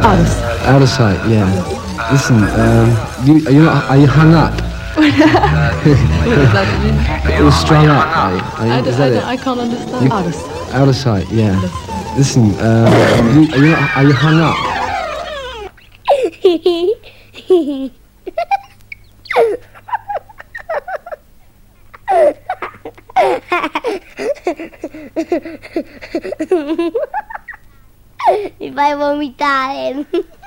Out of sight, yeah. Listen, are you hung up? What does that mean? You're strung up, is that it? I can't understand. Out of sight, yeah. Listen, are you hung up? Mi fai vomitare.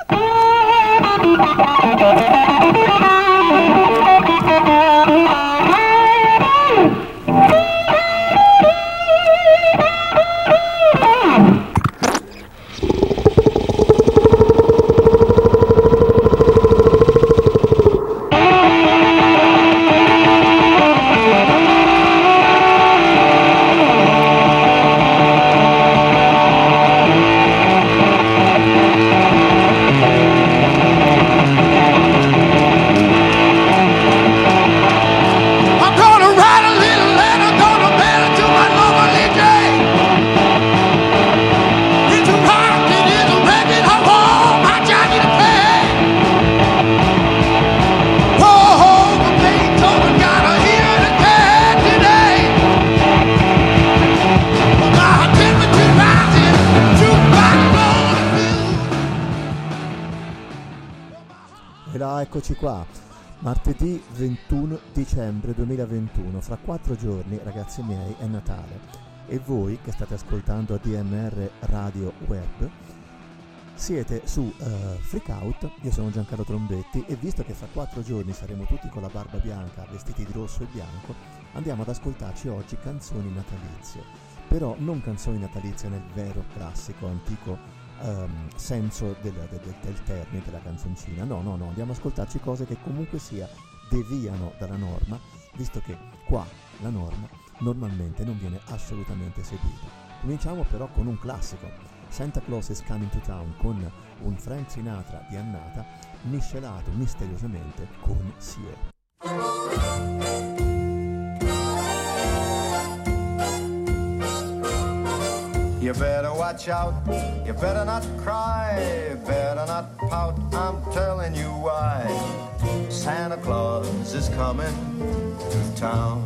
Eccoci qua, martedì 21 dicembre 2021, fra 4 giorni, ragazzi miei, è Natale e voi che state ascoltando ADMR Radio Web siete su Freakout. Io sono Giancarlo Trombetti e visto che fra 4 giorni saremo tutti con la barba bianca, vestiti di rosso e bianco, andiamo ad ascoltarci oggi canzoni natalizie, però non canzoni natalizie nel vero classico antico senso del termine della canzoncina, no, andiamo ad ascoltarci cose che comunque sia deviano dalla norma, visto che qua la norma normalmente non viene assolutamente seguita. Cominciamo però con un classico, Santa Claus is Coming to Town, con un Frank Sinatra di annata miscelato misteriosamente con Sie. You better watch out, you better not cry, you better not pout, I'm telling you why. Santa Claus is coming to town.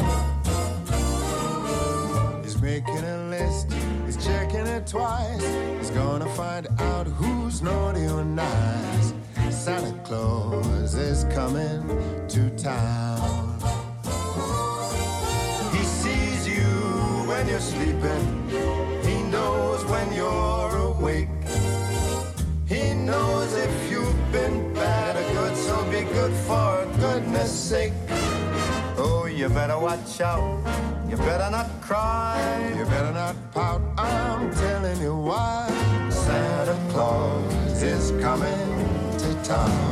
He's making a list, he's checking it twice, he's gonna find out who's naughty or nice. Santa Claus is coming to town. He sees you when you're sleeping, he knows when you're awake. He knows if you've been bad or good, so be good for goodness sake. Oh, you better watch out, you better not cry, you better not pout, I'm telling you why. Santa Claus is coming to town.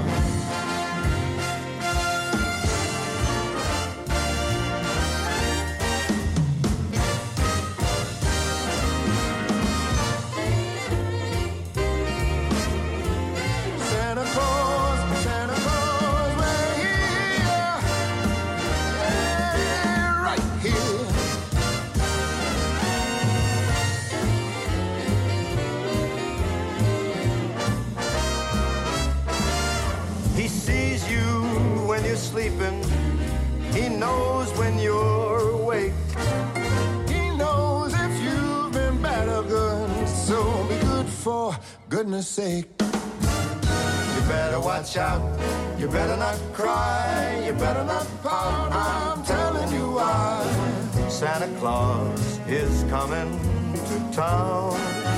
Sleeping, he knows when you're awake. He knows if you've been bad or good, so be good for goodness sake. You better watch out, you better not cry, you better not pout, I'm telling you why. Santa Claus is coming to town.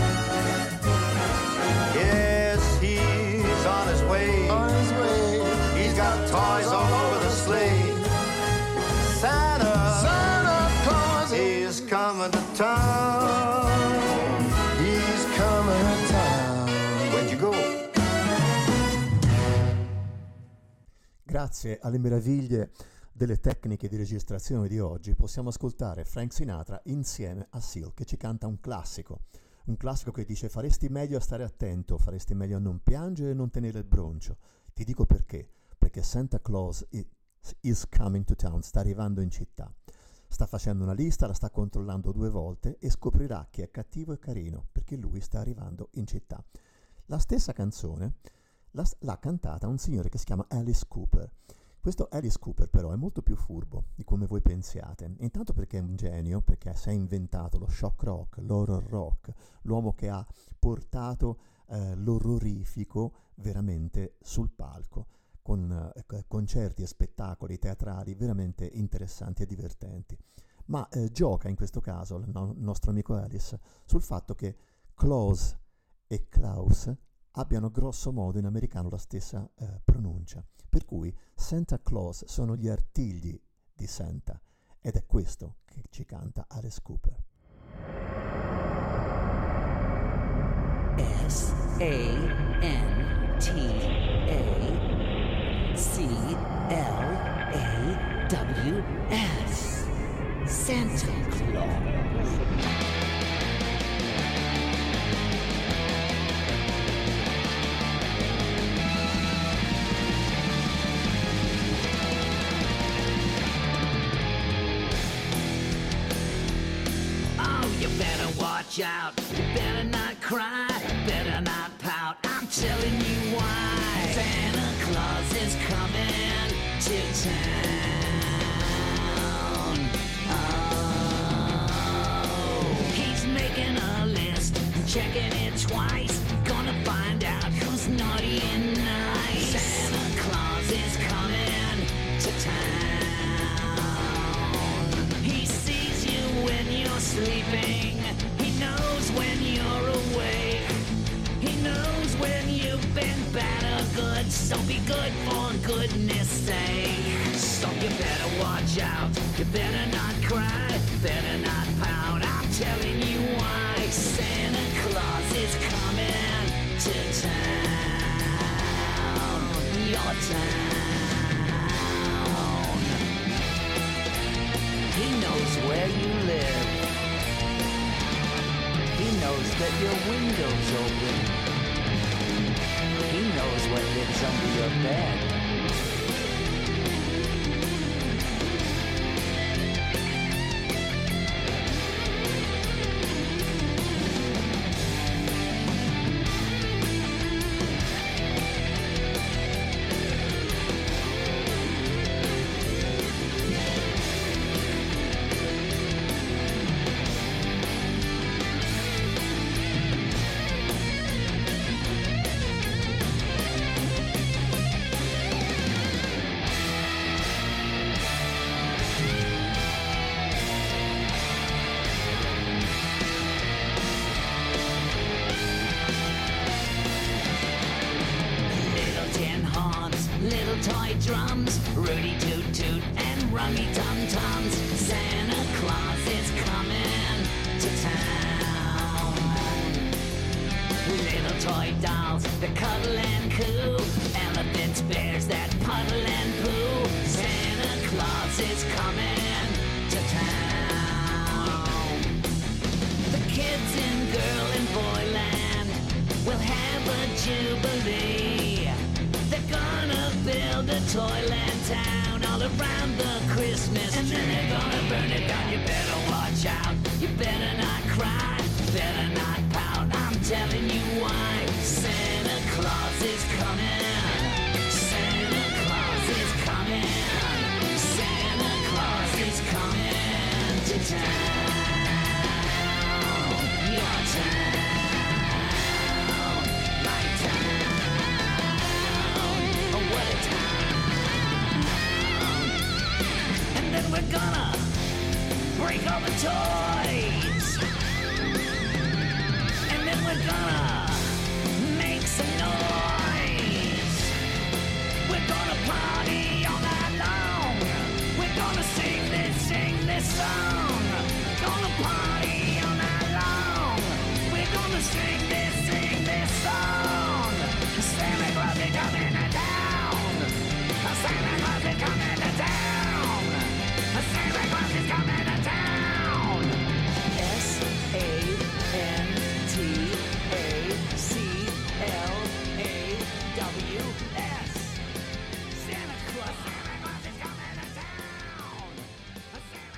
Yes, he's on his way. On his way. He's got toys all over the sleigh. Santa Claus is coming to town. He's coming to town. Where'd you go? Grazie alle meraviglie delle tecniche di registrazione di oggi possiamo ascoltare Frank Sinatra insieme a Seal che ci canta un classico che dice: faresti meglio a stare attento, faresti meglio a non piangere e non tenere il broncio. Ti dico perché Santa Claus is coming to town, sta arrivando in città, sta facendo una lista, la sta controllando 2 volte e scoprirà chi è cattivo e carino perché lui sta arrivando in città. La stessa canzone l'ha cantata un signore che si chiama Alice Cooper. Questo Alice Cooper però è molto più furbo di come voi pensiate, intanto perché è un genio, perché si è inventato lo shock rock, l'horror rock, l'uomo che ha portato l'orrorifico veramente sul palco, con concerti e spettacoli teatrali veramente interessanti e divertenti. Ma gioca in questo caso il nostro amico Alice sul fatto che Klaus e Klaus abbiano grosso modo in americano la stessa pronuncia, per cui Santa Claus sono gli artigli di Santa, ed è questo che ci canta Alice Cooper. S-A-N-T-A-C-L-A-W-S Santa Claus. You better watch out, you better not cry, better not pout, I'm telling you why. Santa Claus is coming to town. Oh, he's making a list, checking it twice, gonna find out who's naughty and nice. Santa Claus is coming to town. He sees you when you're sleeping, he knows when you're awake, he knows when you've been bad or good, so be good for goodness sake. So you better watch out, you better not cry, better not pout, I'm telling you why. Santa Claus is coming to town, your town. He knows where you live, he knows that your window's open, he knows what lives under your bed.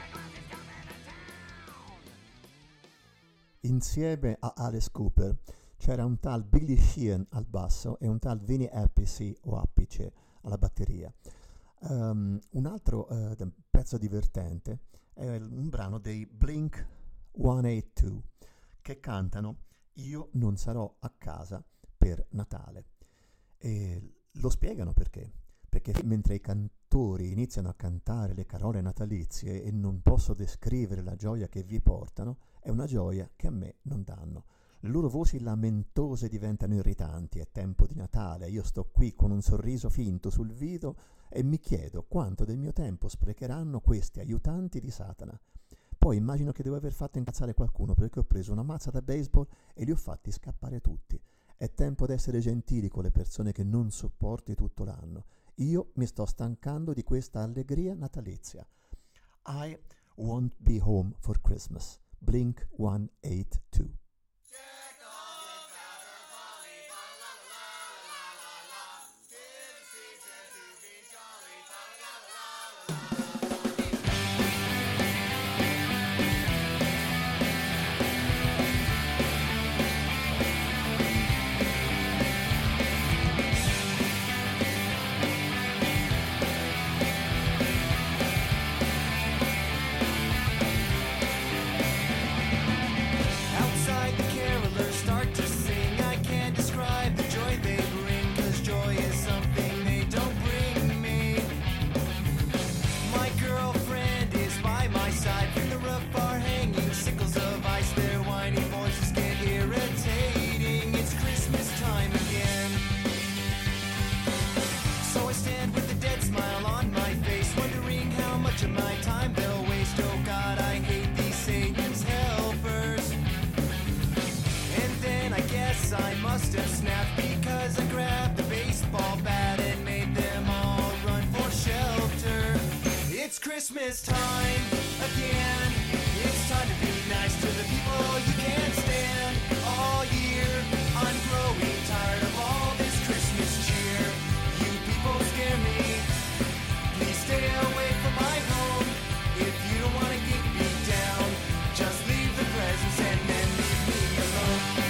Insieme a Alice Cooper c'era un tal Billy Sheehan al basso e un tal Vinny Appice o Appice alla batteria. Un altro pezzo divertente è un brano dei Blink 182 che cantano Io non sarò a casa per Natale, e lo spiegano perché mentre i cantori iniziano a cantare le carole natalizie e non posso descrivere la gioia che vi portano, è una gioia che a me non danno. Le loro voci lamentose diventano irritanti, è tempo di Natale, io sto qui con un sorriso finto sul viso e mi chiedo quanto del mio tempo sprecheranno questi aiutanti di Satana. Poi immagino che devo aver fatto incazzare qualcuno perché ho preso una mazza da baseball e li ho fatti scappare tutti. È tempo di essere gentili con le persone che non sopporti tutto l'anno. Io mi sto stancando di questa allegria natalizia. I won't be home for Christmas. Blink 182. Christmas time again. It's time to be nice to the people you can't stand. All year I'm growing tired of all this Christmas cheer. You people scare me. Please stay away from my home. If you don't want to get beat down, just leave the presents and then leave me alone.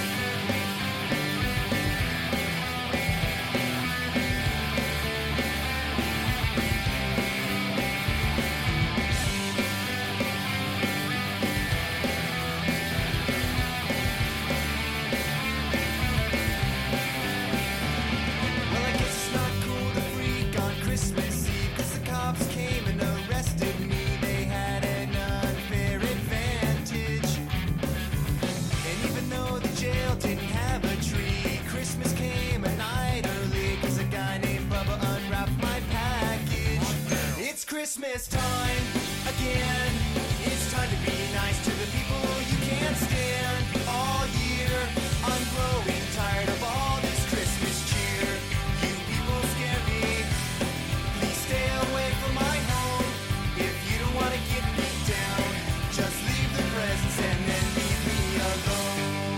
Christmas time again. It's time to be nice to the people you can't stand. All year I'm growing tired of all this Christmas cheer. You people scare me. Please stay away from my home. If you don't want to get me down, just leave the presents and then leave me alone.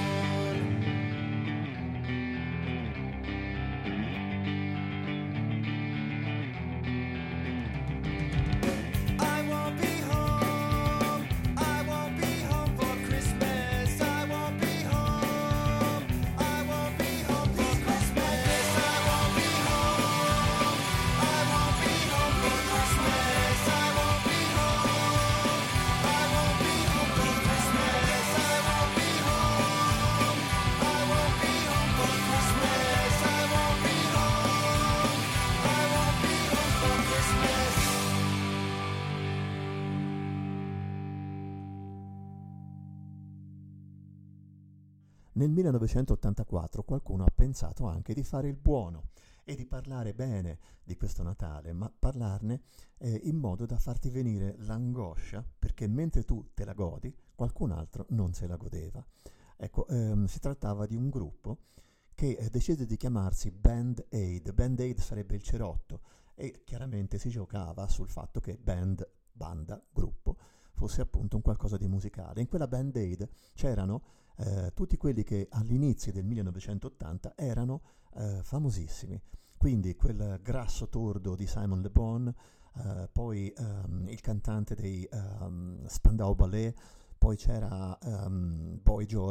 Nel 1984 qualcuno ha pensato anche di fare il buono e di parlare bene di questo Natale, ma parlarne in modo da farti venire l'angoscia, perché mentre tu te la godi, qualcun altro non se la godeva. Ecco, si trattava di un gruppo che decise di chiamarsi Band Aid. Band Aid sarebbe il cerotto e chiaramente si giocava sul fatto che band, banda, gruppo, fosse appunto un qualcosa di musicale. In quella Band Aid c'erano tutti quelli che all'inizio del 1980 erano famosissimi, quindi quel grasso tordo di Simon Le Bon, poi il cantante dei Spandau Ballet, poi c'era Boy George,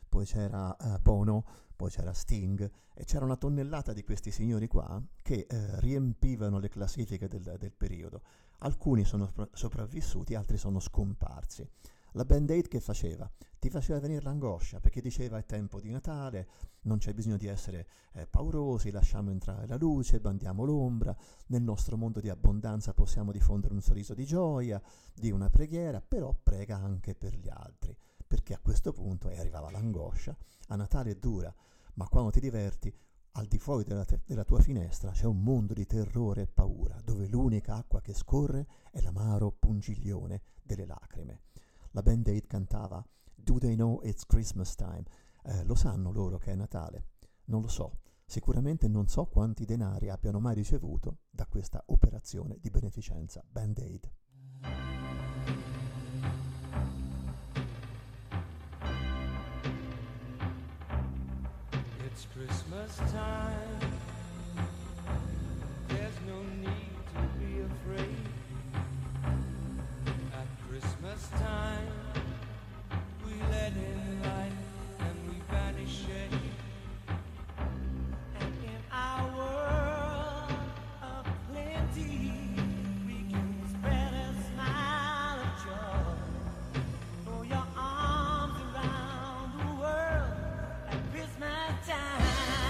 poi c'era Bono, poi c'era Sting, e c'era una tonnellata di questi signori qua che riempivano le classifiche del periodo. Alcuni sono sopravvissuti, altri sono scomparsi. La Band Aid che faceva? Ti faceva venire l'angoscia, perché diceva è tempo di Natale, non c'è bisogno di essere paurosi, lasciamo entrare la luce, bandiamo l'ombra, nel nostro mondo di abbondanza possiamo diffondere un sorriso di gioia, di una preghiera, però prega anche per gli altri, perché a questo punto arrivava l'angoscia. A Natale è dura, ma quando ti diverti, al di fuori della tua finestra c'è un mondo di terrore e paura, dove l'unica acqua che scorre è l'amaro pungiglione delle lacrime. La Band Aid cantava Do they know it's Christmas time? Lo sanno loro che è Natale? Non lo so. Sicuramente non so quanti denari abbiano mai ricevuto da questa operazione di beneficenza Band Aid. It's Christmas time. There's no need to be afraid. At Christmas time, we let in light and we banish shade. And in our world of plenty, we can spread a smile of joy. Throw your arms around the world at Christmas time.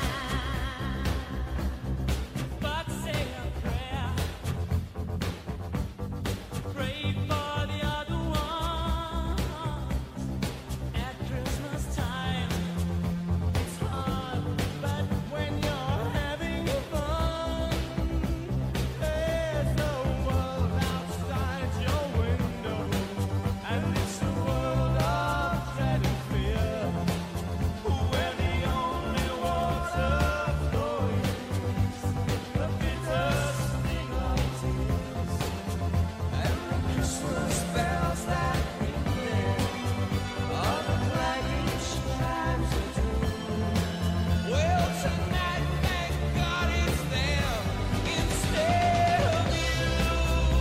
But say a prayer. Pray for the other ones. At Christmas time, it's hard, but when you're having fun, there's no world outside your window, and it's a world of dread and fear, where the only water flowing is the bitter sting of tears, and the Christmas bells that ring there are the clanging chimes of doom. Well, tonight, thank God it's them instead of you.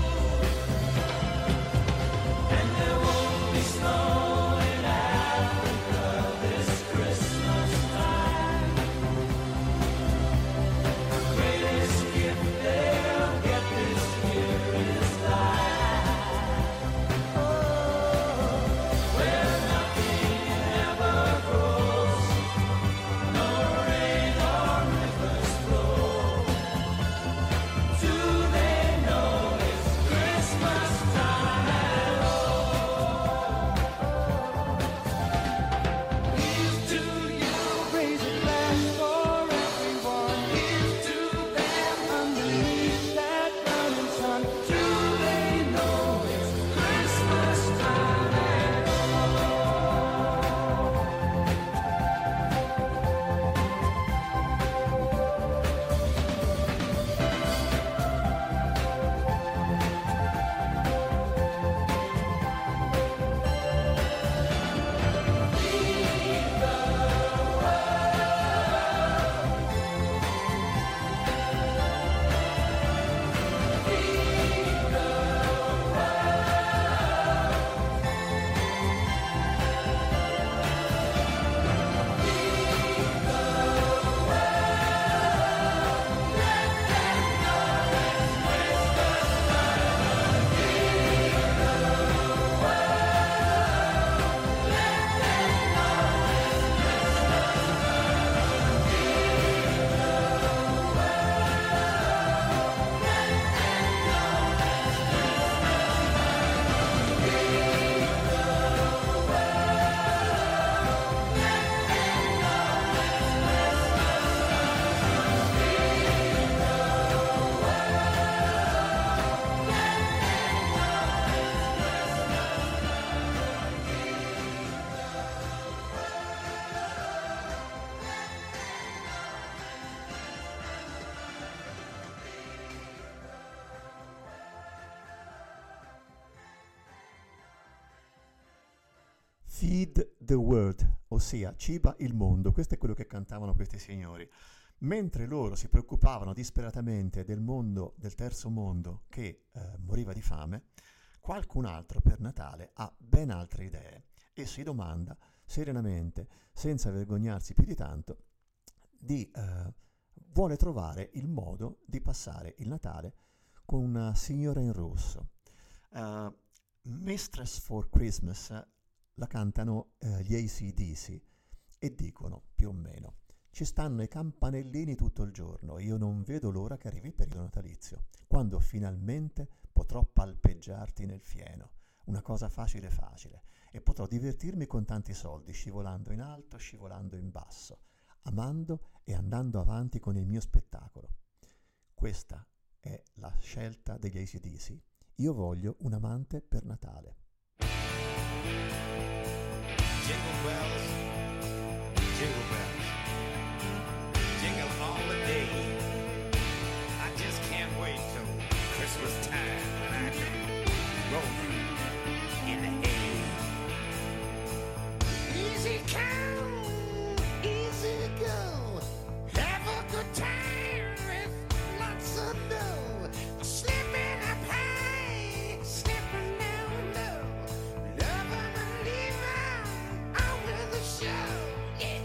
And there won't be snow in Africa this Christmas time. The greatest gift they'll get this year is life. Oh, where nothing ever grows, no rain or rivers flow. Do they know it's Christmas time at all? Here's to you, raise a glass for everyone. Here's to them underneath that burning sun. Do they know it's Christmas time at all? Feed the world, ossia ciba il mondo. Questo è quello che cantavano questi signori. Mentre loro si preoccupavano disperatamente del mondo, del terzo mondo che moriva di fame, qualcun altro per Natale ha ben altre idee e si domanda serenamente, senza vergognarsi più di tanto, vuole trovare il modo di passare il Natale con una signora in rosso. Mistress for Christmas la cantano gli AC/DC e dicono più o meno: ci stanno i campanellini tutto il giorno, io non vedo l'ora che arrivi il periodo natalizio, quando finalmente potrò palpeggiarti nel fieno, una cosa facile facile, e potrò divertirmi con tanti soldi, scivolando in alto, scivolando in basso, amando e andando avanti con il mio spettacolo. Questa è la scelta degli AC/DC. Io voglio un amante per Natale. Jingle bells, jingle bells, jingle all the day. I just can't wait till Christmas time when I can roll in the hay. Easy come, easy go. Have a good time with lots of dough. Slipping up high, slipping down low. Loving and leaving on with the show. Yeah.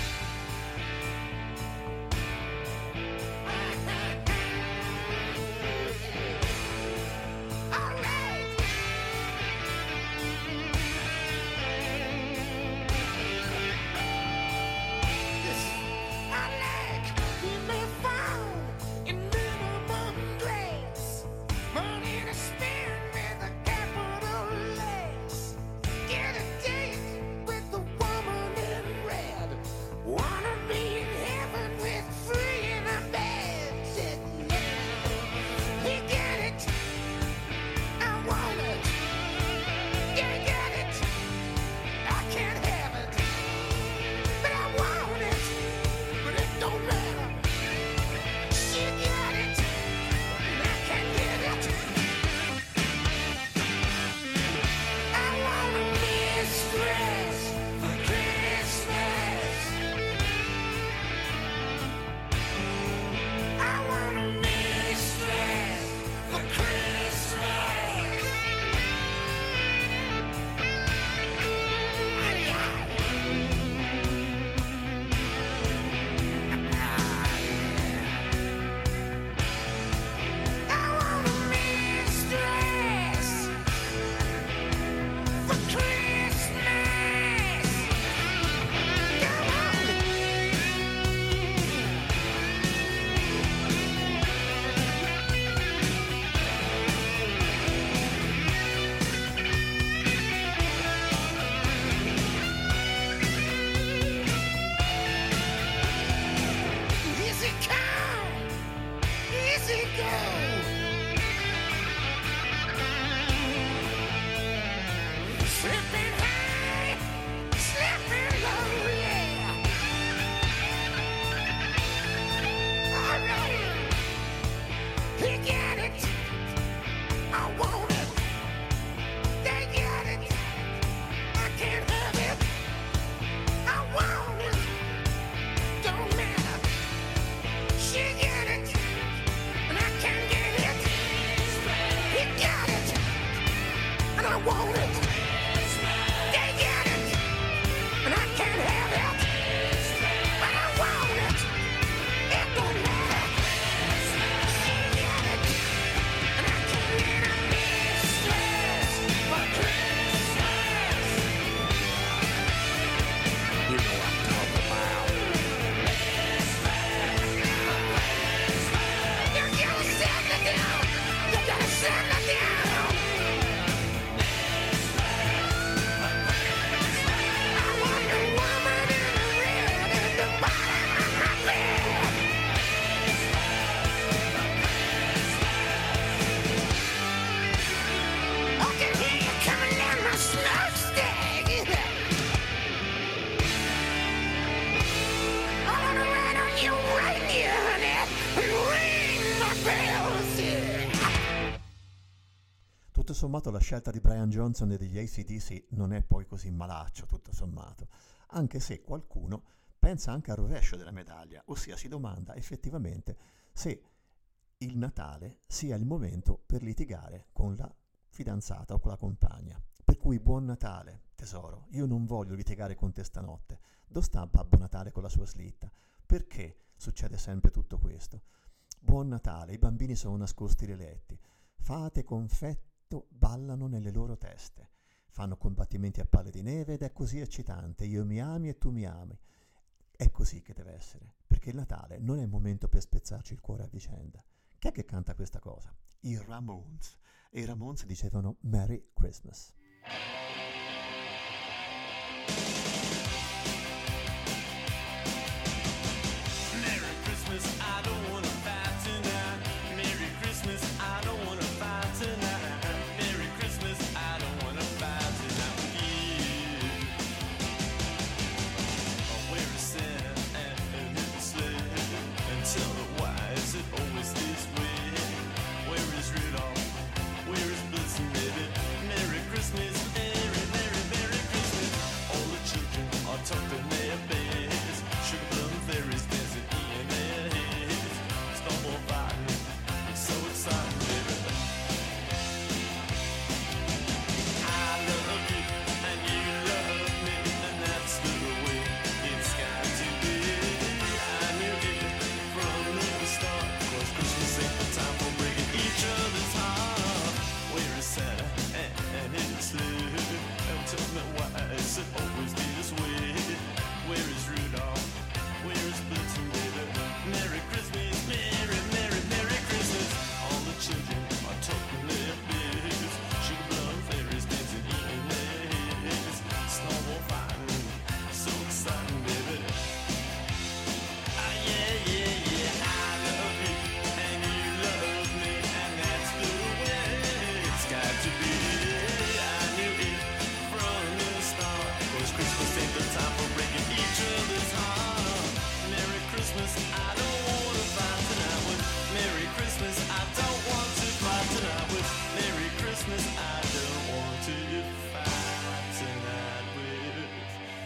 All right. I like uniform in minimum dress, money to spend with a capital S. Get a date with the woman in red. Wanna be in heaven with free in a bed. Said no. You get it. I want it. You get it. I can't have it. But I want it. But it don't matter. She got it. And I can't get it. I want a mistress for Christmas. I want a mistress for Christmas. I want a mistress for Christmas. Come on. Easy come, easy go. Slipping high, slipping low, yeah. All right, he got it. I want it. They got it. I can't have it. I want it. Don't matter. She got it, and I can't get it. He got it, and I want it. They got it, and I can't have it. But I want it. It don't matter. She got it, and I can't get a mistress for Christmas. You know what I'm talking about. You gotta send it down. You gotta send it down. I want a woman in red at the bottom of my bed. I can hear you coming down my smokestack. I wanna ride on your reindeer, honey, and ring my bells, yeah. Tutto sommato la scelta di Brian Johnson e degli AC/DC non è poi così malaccio, tutto sommato, anche se qualcuno pensa anche al rovescio della medaglia, ossia si domanda effettivamente se il Natale sia il momento per litigare con la fidanzata o con la compagna. Per cui buon Natale, ti tesoro, io non voglio litigare con te stanotte. Dove sta Babbo Natale con la sua slitta? Perché succede sempre tutto questo? Buon Natale, i bambini sono nascosti nei letti. Fate confetto, ballano nelle loro teste. Fanno combattimenti a palle di neve ed è così eccitante. Io mi ami e tu mi ami. È così che deve essere, perché il Natale non è il momento per spezzarci il cuore a vicenda. Chi è che canta questa cosa? I Ramones. E i Ramones dicevano Merry Christmas. Merry Christmas, I don't wanna fight tonight. Merry Christmas, I don't wanna fight tonight. Merry Christmas, I don't wanna fight tonight with you. I'll wear a Santa and hit the sled and tell her why is it always this way? Where is Rudolph? Where is Blitzen, baby? Merry Christmas, Merry, Merry, Merry Christmas. All the children are tucked in their beds. Sugar plum fairies dancing in their heads. Snowball fighting, it's so exciting, baby. I love you and you love me, and that's the way it's got to be. I knew it from the start, 'cause Christmas ain't the time for breaking each other's heart. Where is Santa and his sled? And tell me why is it always this way? Where is Rudolph? Where is Blitzen, baby? Merry Christmas, Merry, Merry, Merry Christmas. All the children are tucked in their beds. Sugar plum fairies dancing in their heads. Snowball fighting, so exciting, baby. Ah, yeah, yeah, yeah. I love you and you love me, and that's the way it's got to be. I knew it from the start, 'cause Christmas ain't the time for breaking each other's heart. Merry Christmas, I don't want to fight tonight with. Merry Christmas, I don't want to fight tonight with. Merry Christmas, I don't want to fight tonight with you.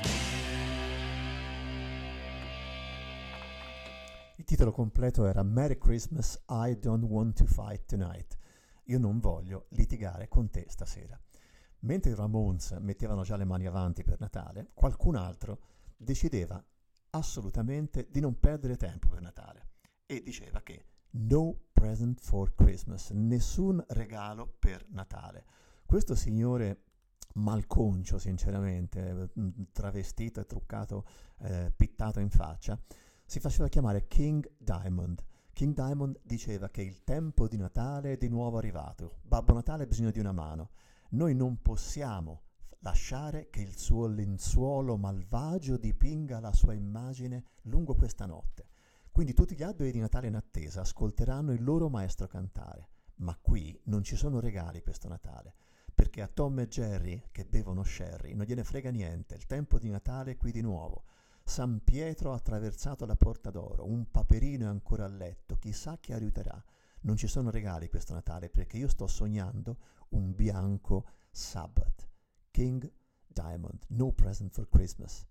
Il titolo completo era Merry Christmas, I Don't Want to Fight Tonight. Io non voglio litigare con te stasera. Mentre i Ramones mettevano già le mani avanti per Natale, qualcun altro decideva assolutamente di non perdere tempo per Natale e diceva che no present for Christmas, nessun regalo per Natale. Questo signore malconcio, sinceramente, travestito e truccato, pittato in faccia, si faceva chiamare King Diamond. King Diamond diceva che il tempo di Natale è di nuovo arrivato. Babbo Natale ha bisogno di una mano. Noi non possiamo lasciare che il suo lenzuolo malvagio dipinga la sua immagine lungo questa notte. Quindi tutti gli alberi di Natale in attesa ascolteranno il loro maestro cantare. Ma qui non ci sono regali questo Natale, perché a Tom e Jerry, che bevono sherry, non gliene frega niente. Il tempo di Natale è qui di nuovo. San Pietro ha attraversato la Porta d'Oro, un paperino è ancora a letto, chissà chi aiuterà. Non ci sono regali questo Natale perché io sto sognando un bianco Sabbath. King Diamond, no present for Christmas.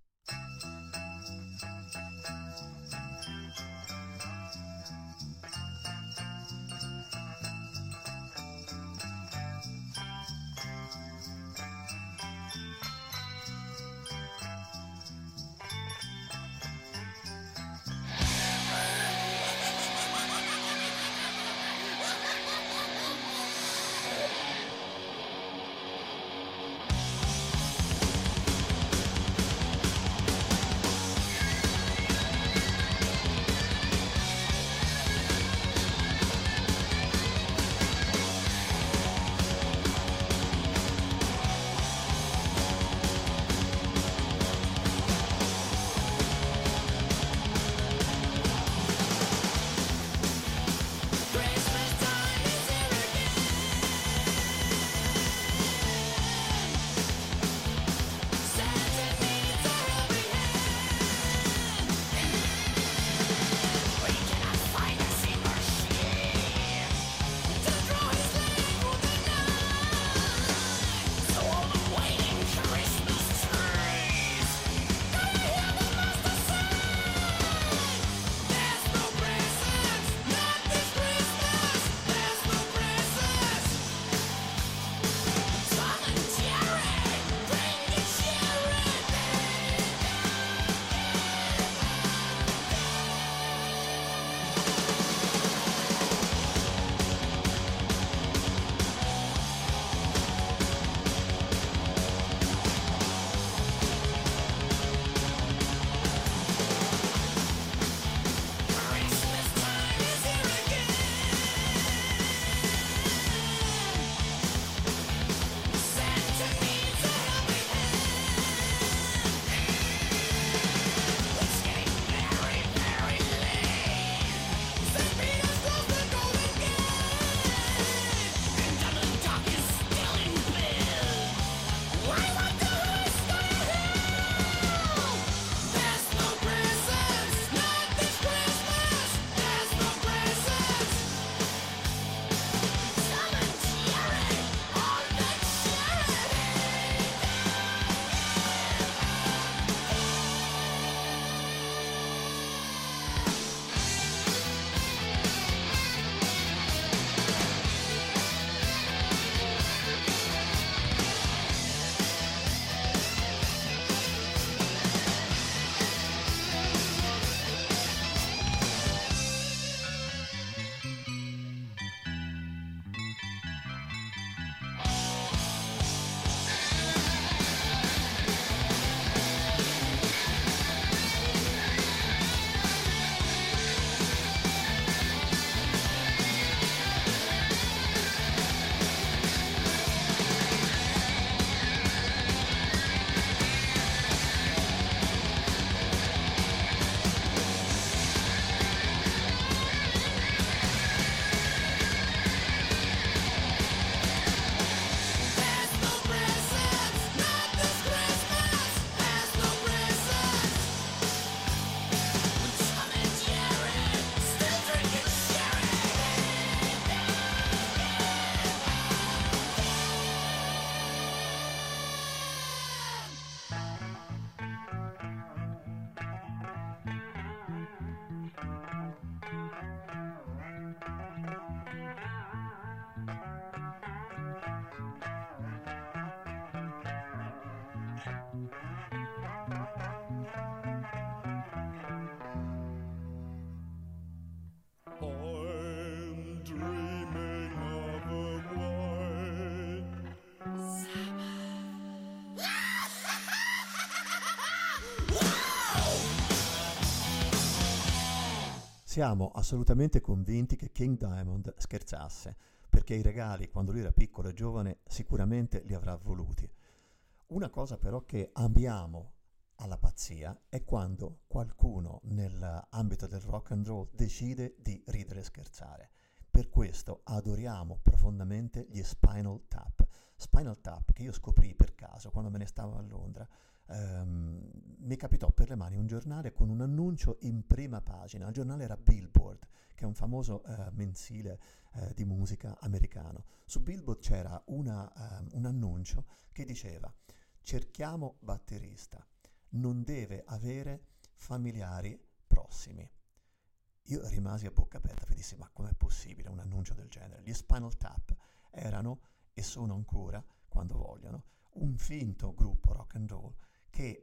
siamo assolutamente convinti che King Diamond scherzasse, perché i regali, quando lui era piccolo e giovane, sicuramente li avrà voluti. Una cosa però che amiamo alla pazzia è quando qualcuno nell'ambito del rock and roll decide di ridere e scherzare. Per questo adoriamo profondamente gli Spinal Tap. Spinal Tap che io scoprì per caso quando me ne stavo a Londra. Mi capitò per le mani un giornale con un annuncio in prima pagina. Il giornale era Billboard, che è un famoso mensile di musica americano. Su Billboard c'era un annuncio che diceva: cerchiamo batterista, non deve avere familiari prossimi. Io rimasi a bocca aperta e dissi: ma com'è possibile un annuncio del genere? Gli Spinal Tap erano, e sono ancora, quando vogliono, un finto gruppo rock and roll che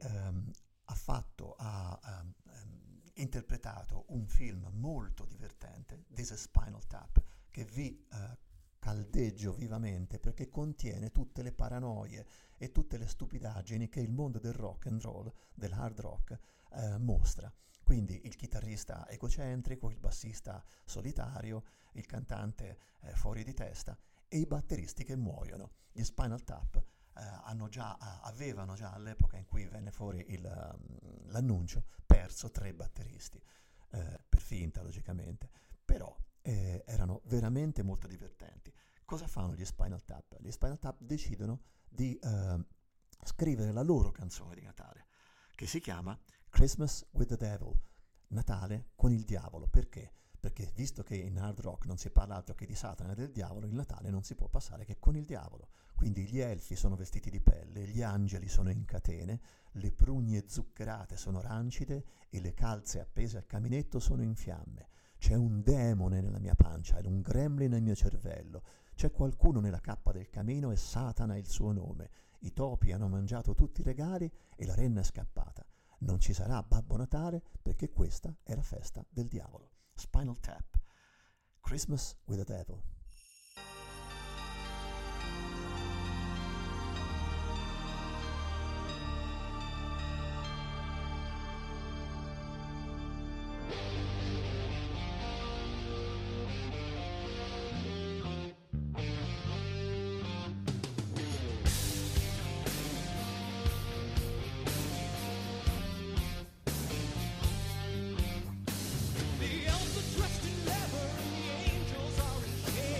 ha interpretato un film molto divertente, This is Spinal Tap, che vi caldeggio vivamente perché contiene tutte le paranoie e tutte le stupidaggini che il mondo del rock and roll, del hard rock, mostra. Quindi il chitarrista egocentrico, il bassista solitario, il cantante fuori di testa e i batteristi che muoiono. Gli Spinal Tap avevano già all'epoca in cui venne fuori l'annuncio perso 3 batteristi, per finta logicamente, però erano veramente molto divertenti. Cosa fanno gli Spinal Tap? Gli Spinal Tap decidono di scrivere la loro canzone di Natale, che si chiama Christmas with the Devil, Natale con il diavolo. Perché? Perché visto che in hard rock non si parla altro che di Satana e del diavolo, il Natale non si può passare che con il diavolo. Quindi gli elfi sono vestiti di pelle, gli angeli sono in catene, le prugne zuccherate sono rancide e le calze appese al caminetto sono in fiamme. C'è un demone nella mia pancia e un gremlin nel mio cervello. C'è qualcuno nella cappa del camino e Satana è il suo nome. I topi hanno mangiato tutti i regali e la renna è scappata. Non ci sarà Babbo Natale perché questa è la festa del diavolo. Spinal Tap, Christmas with the Devil. The elves are dressed in leather and the angels are in chains.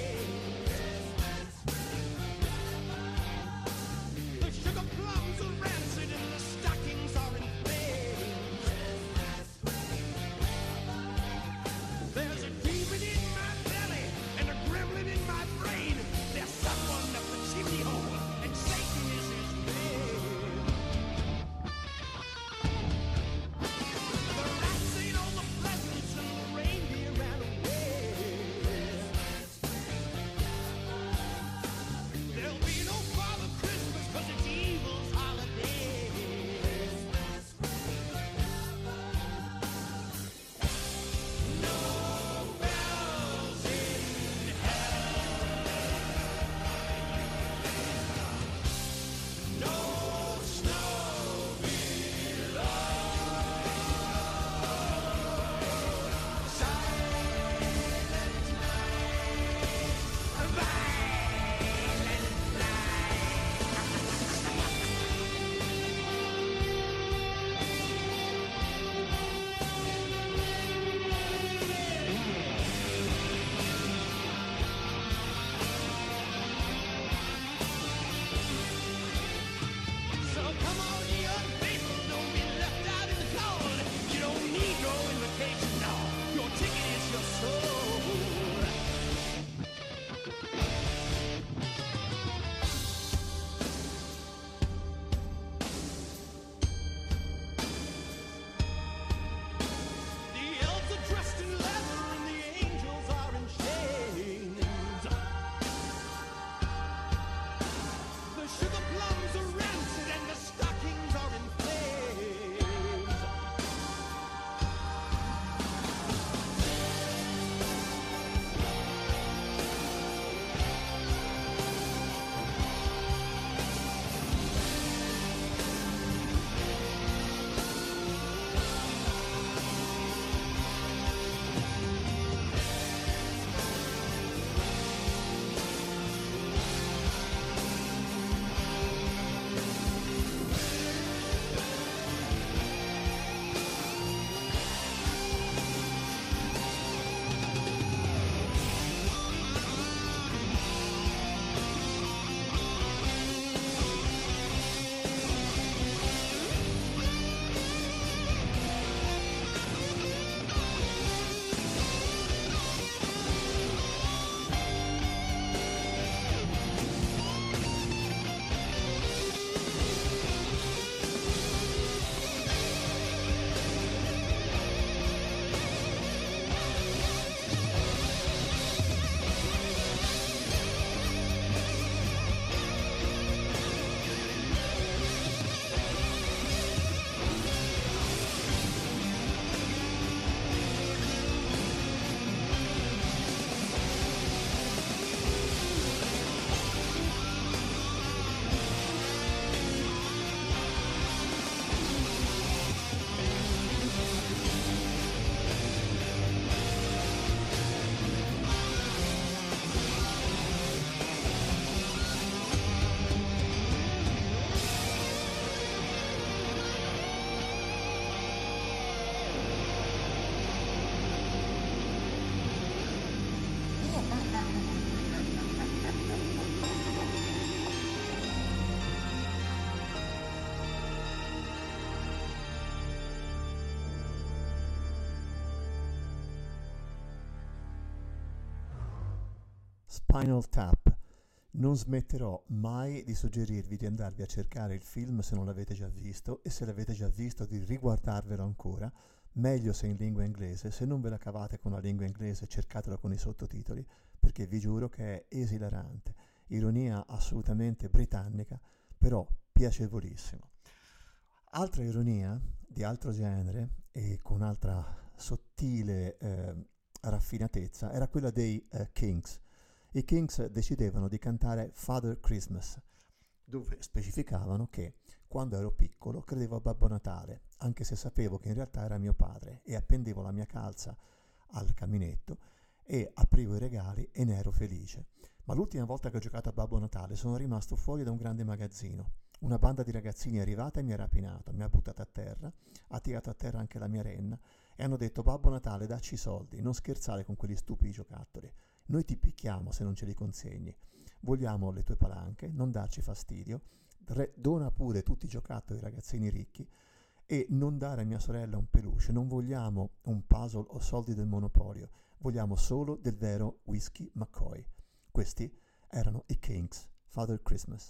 Spinal Tap. Non smetterò mai di suggerirvi di andarvi a cercare il film se non l'avete già visto, e se l'avete già visto di riguardarvelo ancora, meglio se in lingua inglese. Se non ve la cavate con la lingua inglese, cercatelo con i sottotitoli, perché vi giuro che è esilarante. Ironia assolutamente britannica, però piacevolissimo. Altra ironia di altro genere e con altra sottile raffinatezza era quella dei Kinks. I Kinks decidevano di cantare Father Christmas, dove specificavano che quando ero piccolo credevo a Babbo Natale, anche se sapevo che in realtà era mio padre, e appendevo la mia calza al caminetto e aprivo i regali e ne ero felice. Ma l'ultima volta che ho giocato a Babbo Natale sono rimasto fuori da un grande magazzino. Una banda di ragazzini è arrivata e mi ha rapinato, mi ha buttato a terra, ha tirato a terra anche la mia renna e hanno detto: Babbo Natale, dacci i soldi, non scherzare con quegli stupidi giocattoli. Noi ti picchiamo se non ce li consegni. Vogliamo le tue palanche, non darci fastidio, dona pure tutti i giocattoli ai ragazzini ricchi e non dare a mia sorella un peluche. Non vogliamo un puzzle o soldi del Monopolio, vogliamo solo del vero whisky McCoy. Questi erano i Kinks, Father Christmas.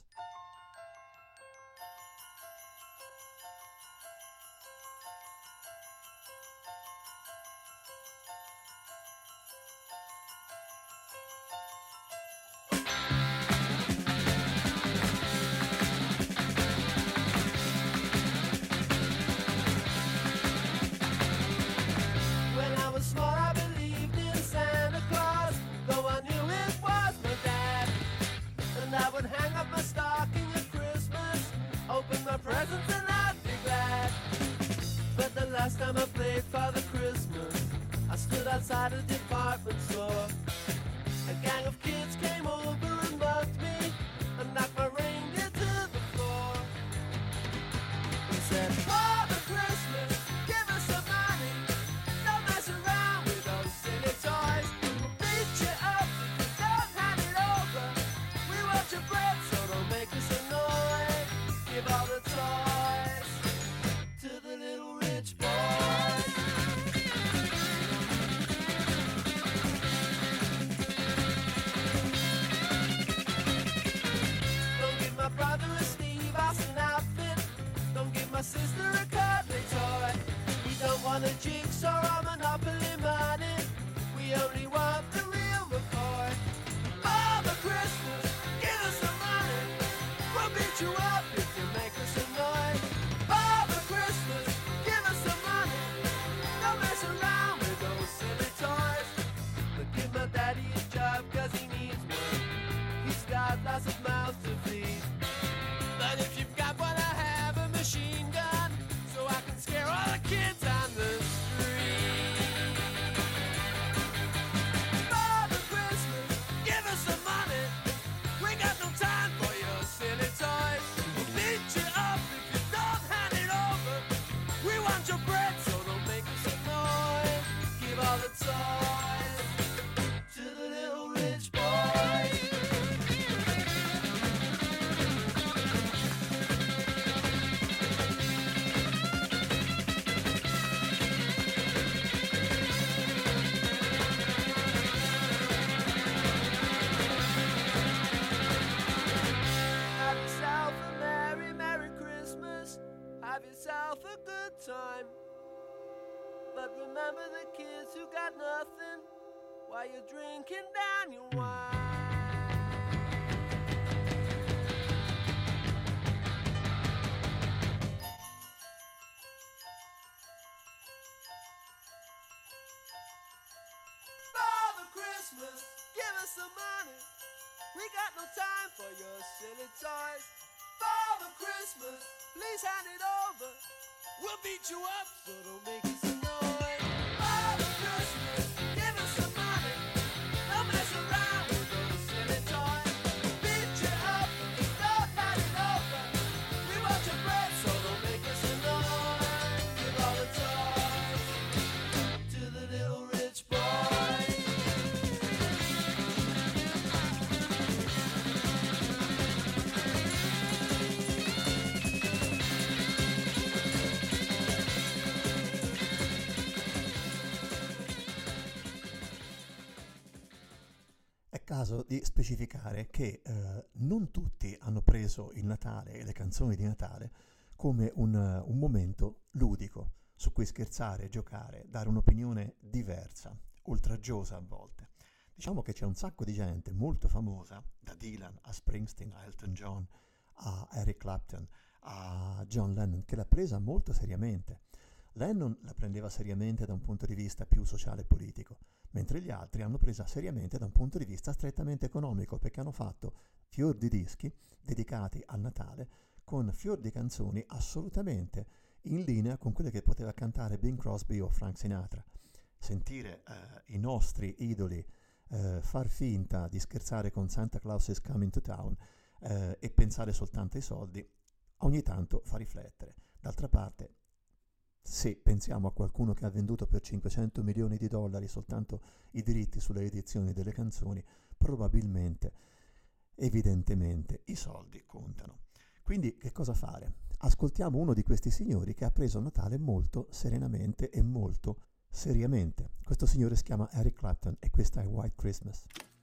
caso di specificare che non tutti hanno preso il Natale e le canzoni di Natale come un momento ludico su cui scherzare, giocare, dare un'opinione diversa, oltraggiosa a volte. Diciamo che c'è un sacco di gente molto famosa, da Dylan a Springsteen, a Elton John, a Eric Clapton, a John Lennon, che l'ha presa molto seriamente. Lennon la prendeva seriamente da un punto di vista più sociale e politico, mentre gli altri hanno presa seriamente da un punto di vista strettamente economico, perché hanno fatto fior di dischi dedicati al Natale con fior di canzoni assolutamente in linea con quelle che poteva cantare Bing Crosby o Frank Sinatra. Sentire i nostri idoli far finta di scherzare con Santa Claus is Coming to Town e pensare soltanto ai soldi, ogni tanto fa riflettere. D'altra parte, se pensiamo a qualcuno che ha venduto per $500 milioni soltanto i diritti sulle edizioni delle canzoni, probabilmente, evidentemente, i soldi contano. Quindi che cosa fare? Ascoltiamo uno di questi signori che ha preso Natale molto serenamente e molto seriamente. Questo signore si chiama Eric Clapton e questa è White Christmas.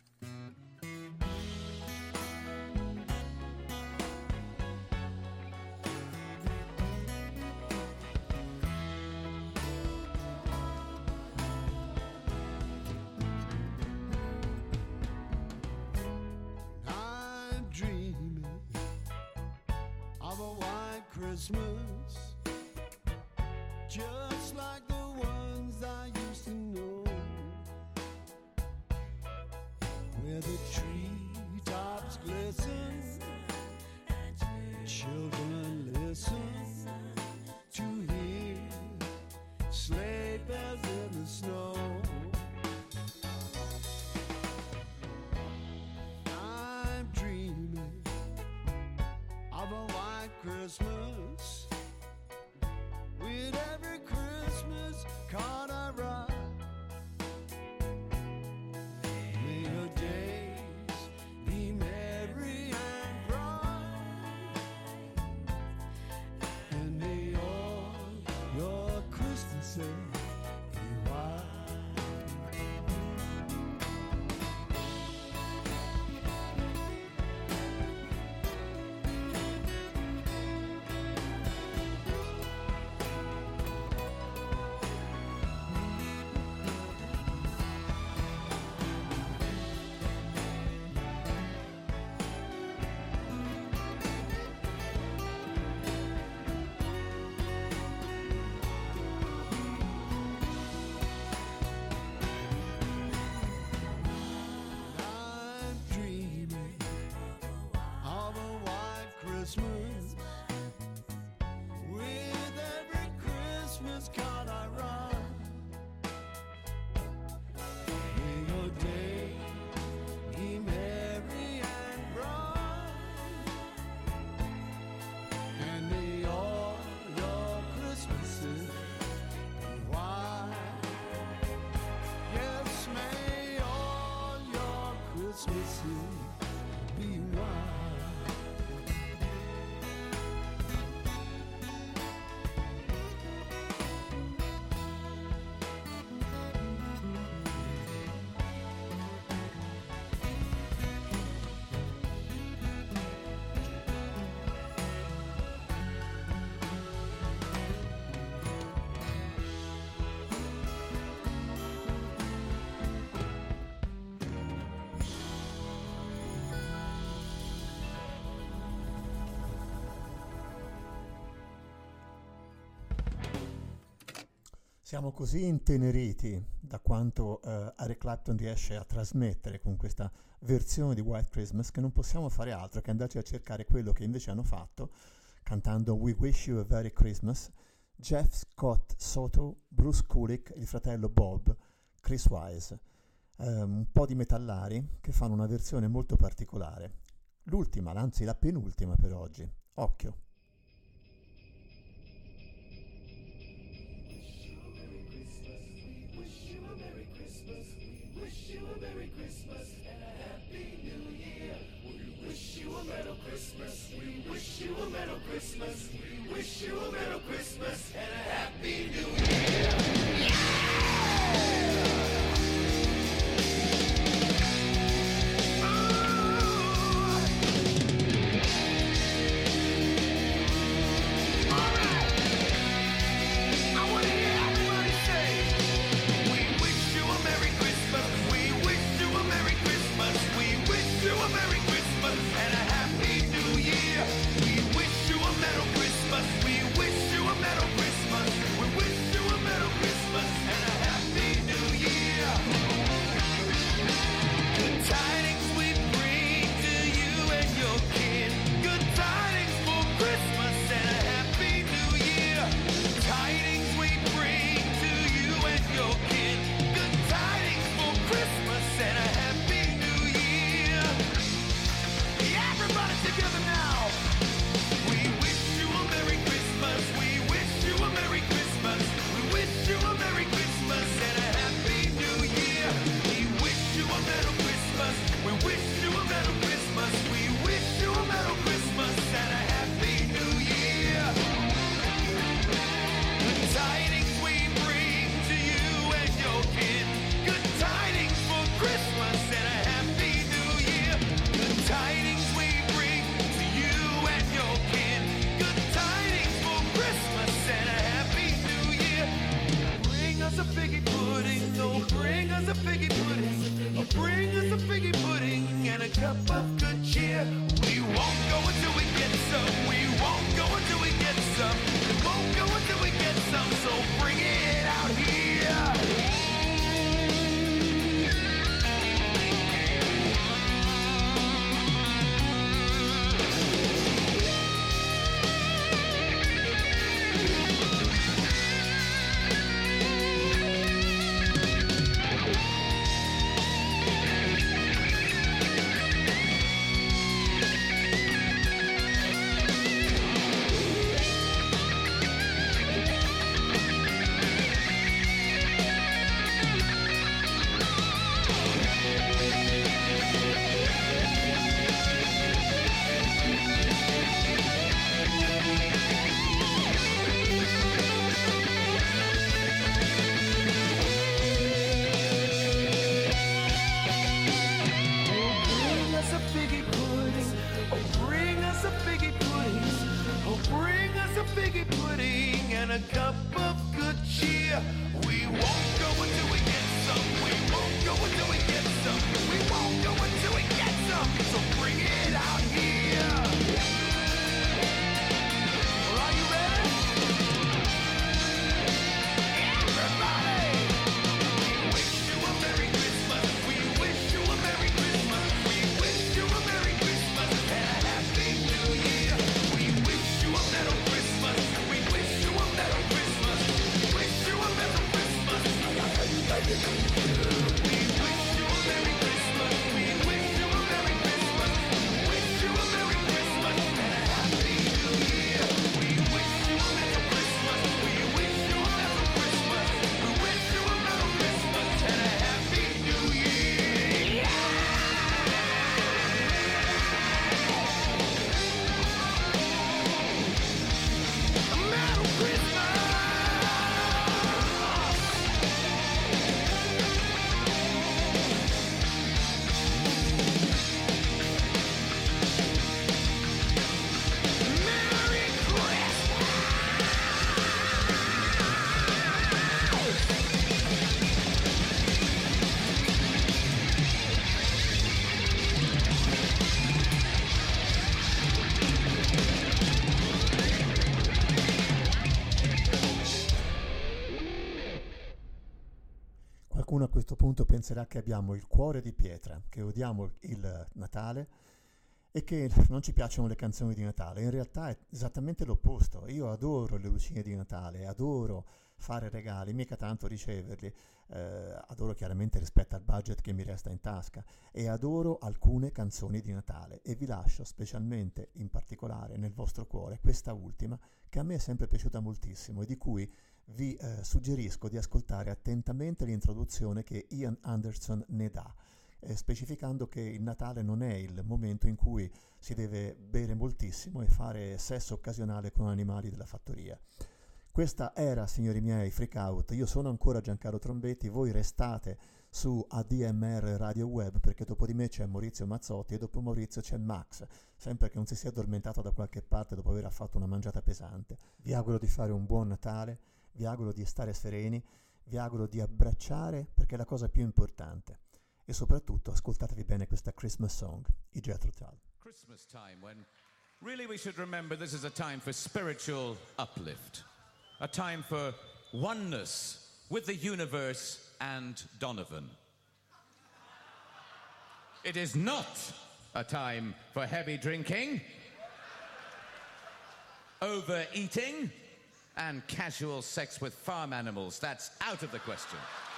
I'm dreaming of a white Christmas, just like the ones I used to know, where the treetops glisten, children listen to hear sleigh bells in the snow. I'm dreaming of a white Christmas, with every Christmas card I write. May your days be merry and bright, and may all your Christmases be white. I'm dreaming of a white Christmas, with every Christmas card I write. May your day be merry and bright, and may all your Christmases be white. Yes, may all your Christmases be white. Siamo così inteneriti da quanto Eric Clapton riesce a trasmettere con questa versione di White Christmas che non possiamo fare altro che andarci a cercare quello che invece hanno fatto cantando We Wish You a Merry Christmas Jeff Scott Soto, Bruce Kulick, il fratello Bob, Chris Wise, un po' di metallari che fanno una versione molto particolare. L'ultima, anzi la penultima per oggi. Occhio. of good cheer. We won't go until we get some. We won't go until we get some. We won't go until we get some. So bring it out here. And a cup of good cheer. We won't go until we get some. We won't go until we get some. We won't go until we get some. So bring it out here. Well, are you ready? Everybody! We wish you a Merry Christmas. We wish you a Merry Christmas. We wish you a Merry Christmas and a Happy New Year. We wish you a Merry Christmas. We wish you a Merry Christmas. We wish you a Merry Christmas. We wish you a Merry Christmas. We wish you a Merry Christmas. We wish you a Merry Christmas and a Happy New Year. We wish you a Merry Christmas. We wish you a Merry Christmas. We wish you a Merry Christmas and a Happy New Year. Merry Christmas. Merry Christmas. Qualcuno a questo punto penserà che abbiamo il cuore di pietra, che odiamo il Natale e che non ci piacciono le canzoni di Natale. In realtà è esattamente l'opposto. Io adoro le lucine di Natale, adoro fare regali, mica tanto riceverli, adoro chiaramente rispetto al budget che mi resta in tasca e adoro alcune canzoni di Natale e vi lascio specialmente, in particolare nel vostro cuore, questa ultima che a me è sempre piaciuta moltissimo e di cui vi suggerisco di ascoltare attentamente l'introduzione che Ian Anderson ne dà, specificando che il Natale non è il momento in cui si deve bere moltissimo e fare sesso occasionale con animali della fattoria. Questa era, signori miei, Freak Out. Io sono ancora Giancarlo Trombetti, voi restate su ADMR Radio Web perché dopo di me c'è Maurizio Mazzotti e dopo Maurizio c'è Max, sempre che non si sia addormentato da qualche parte dopo aver fatto una mangiata pesante. Vi auguro di fare un buon Natale, vi auguro di stare sereni, vi auguro di abbracciare perché è la cosa più importante. E soprattutto ascoltatevi bene questa Christmas song, i Jethro Tull. Christmas time when really we should remember this is a time for spiritual uplift, a time for oneness with the universe and Donovan. It is not a time for heavy drinking, overeating, and casual sex with farm animals. That's out of the question.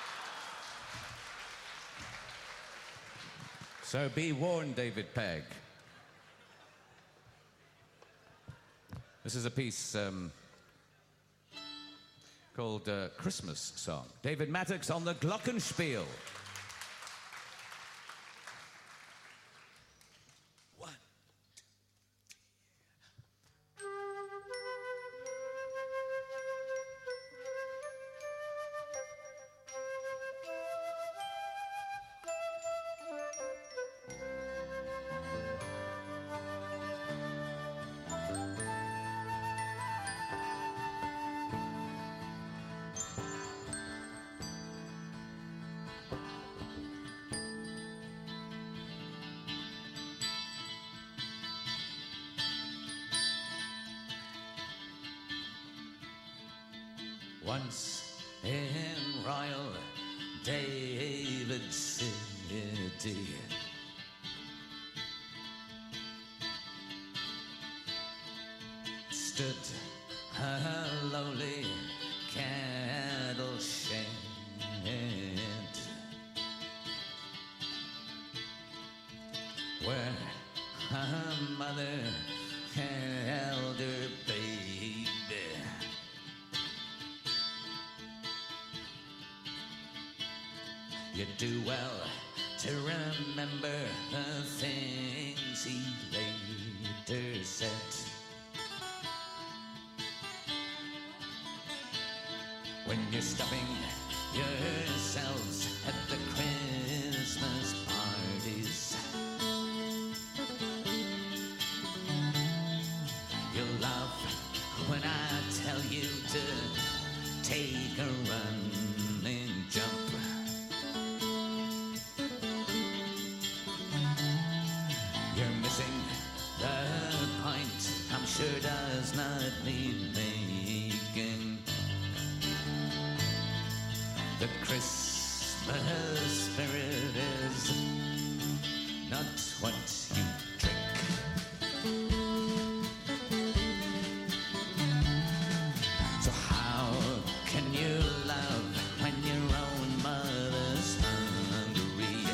So be warned, David Pegg. This is a piece called Christmas Song. David Mattox on the Glockenspiel. once in Royal David City. Stood a lowly cattle shed, where a mother held her baby. You do well to remember the things he later said. When you're stuffing yourselves at the Christmas parties, you'll laugh when I tell you to take a running jump. You're missing the point, I'm sure does not need making. The Christmas spirit is not what you drink. So how can you love when your own mother's hungry?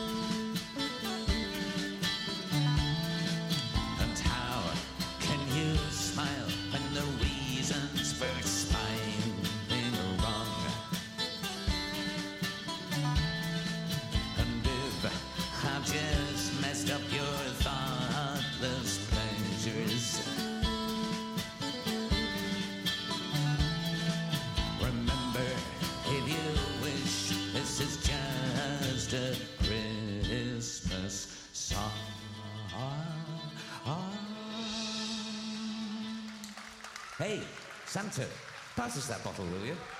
And how can you smile when the reasons for smiling are wrong? I've just messed up your thoughtless pleasures. Remember, if you wish, this is just a Christmas song. Hey, Santa, pass us that bottle, will you?